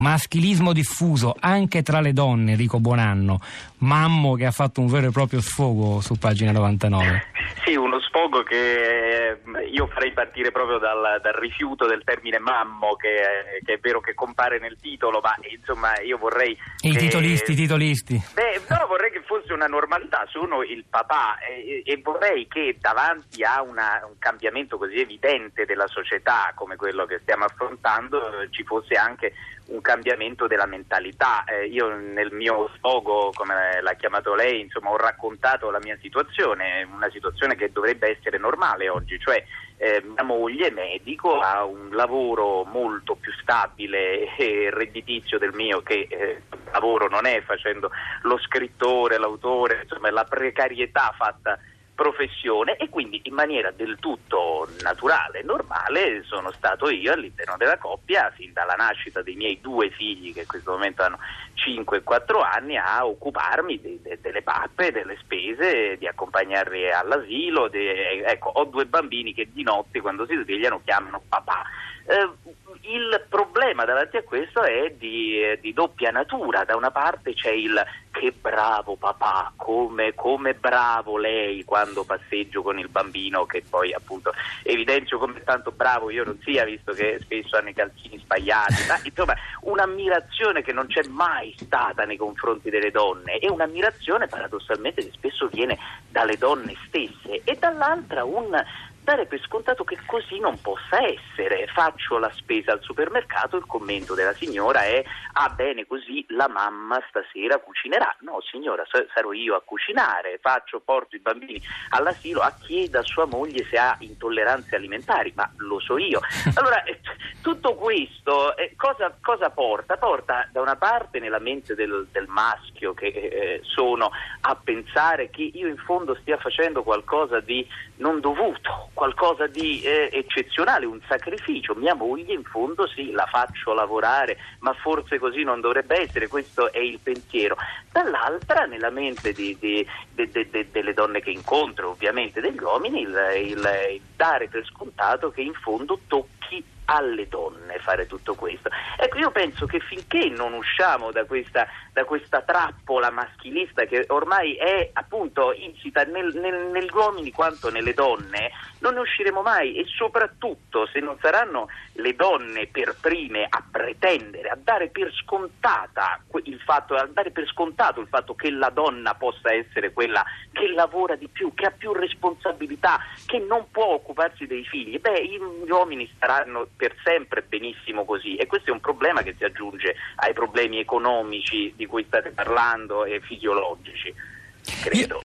Maschilismo diffuso anche tra le donne, Enrico Buonanno. Mammo che ha fatto un vero e proprio sfogo su pagina 99. Sì, uno sfogo che io farei partire proprio dal rifiuto del termine mammo, che è vero che compare nel titolo, ma insomma io vorrei... I titolisti. No, vorrei che fosse una normalità, sono il papà e vorrei che davanti a un cambiamento così evidente della società come quello che stiamo affrontando ci fosse anche un cambiamento della mentalità. Io nel mio sfogo, come l'ha chiamato lei, insomma ho raccontato la mia situazione, una situazione che dovrebbe essere normale oggi, cioè mia moglie medico ha un lavoro molto più stabile e redditizio del mio, che lavoro non è, facendo lo scrittore, l'autore, insomma la precarietà fatta professione, e quindi in maniera del tutto naturale e normale sono stato io all'interno della coppia fin dalla nascita dei miei 2 figli, che in questo momento hanno 5 e 4 anni, a occuparmi delle pappe, delle spese, di accompagnarli all'asilo. Ecco, ho 2 bambini che di notte, quando si svegliano, chiamano papà. Il problema davanti a questo è di doppia natura. Da una parte c'è il che bravo papà, come bravo lei quando passeggio con il bambino, che poi appunto evidenzio come tanto bravo io non sia, visto che spesso hanno i calzini sbagliati, ma insomma un'ammirazione che non c'è mai stata nei confronti delle donne, e un'ammirazione paradossalmente che spesso viene dalle donne stesse, e dall'altra dare per scontato che così non possa essere. Faccio la spesa al supermercato, il commento della signora è: ah, bene, così la mamma stasera cucinerà. No signora, sarò io a cucinare. Porto i bambini all'asilo, chieda a sua moglie se ha intolleranze alimentari, ma lo so io. Allora tutto questo cosa porta? Porta da una parte nella mente del maschio, che sono a pensare che io in fondo stia facendo qualcosa di non dovuto, qualcosa di eccezionale, un sacrificio. Mia moglie in fondo sì, la faccio lavorare, ma forse così non dovrebbe essere. Questo è il pensiero. Dall'altra, nella mente delle donne che incontro, ovviamente degli uomini, il dare per scontato che in fondo tocchi alle donne fare tutto questo. Ecco, io penso che finché non usciamo da questa trappola maschilista, che ormai è appunto insita negli uomini quanto nelle donne, non ne usciremo mai, e soprattutto se non saranno le donne per prime a pretendere, a dare per scontato il fatto che la donna possa essere quella che lavora di più, che ha più responsabilità, che non può occuparsi dei figli. Gli uomini staranno per sempre benissimo così, e questo è un problema che si aggiunge ai problemi economici di cui state parlando e fisiologici, credo.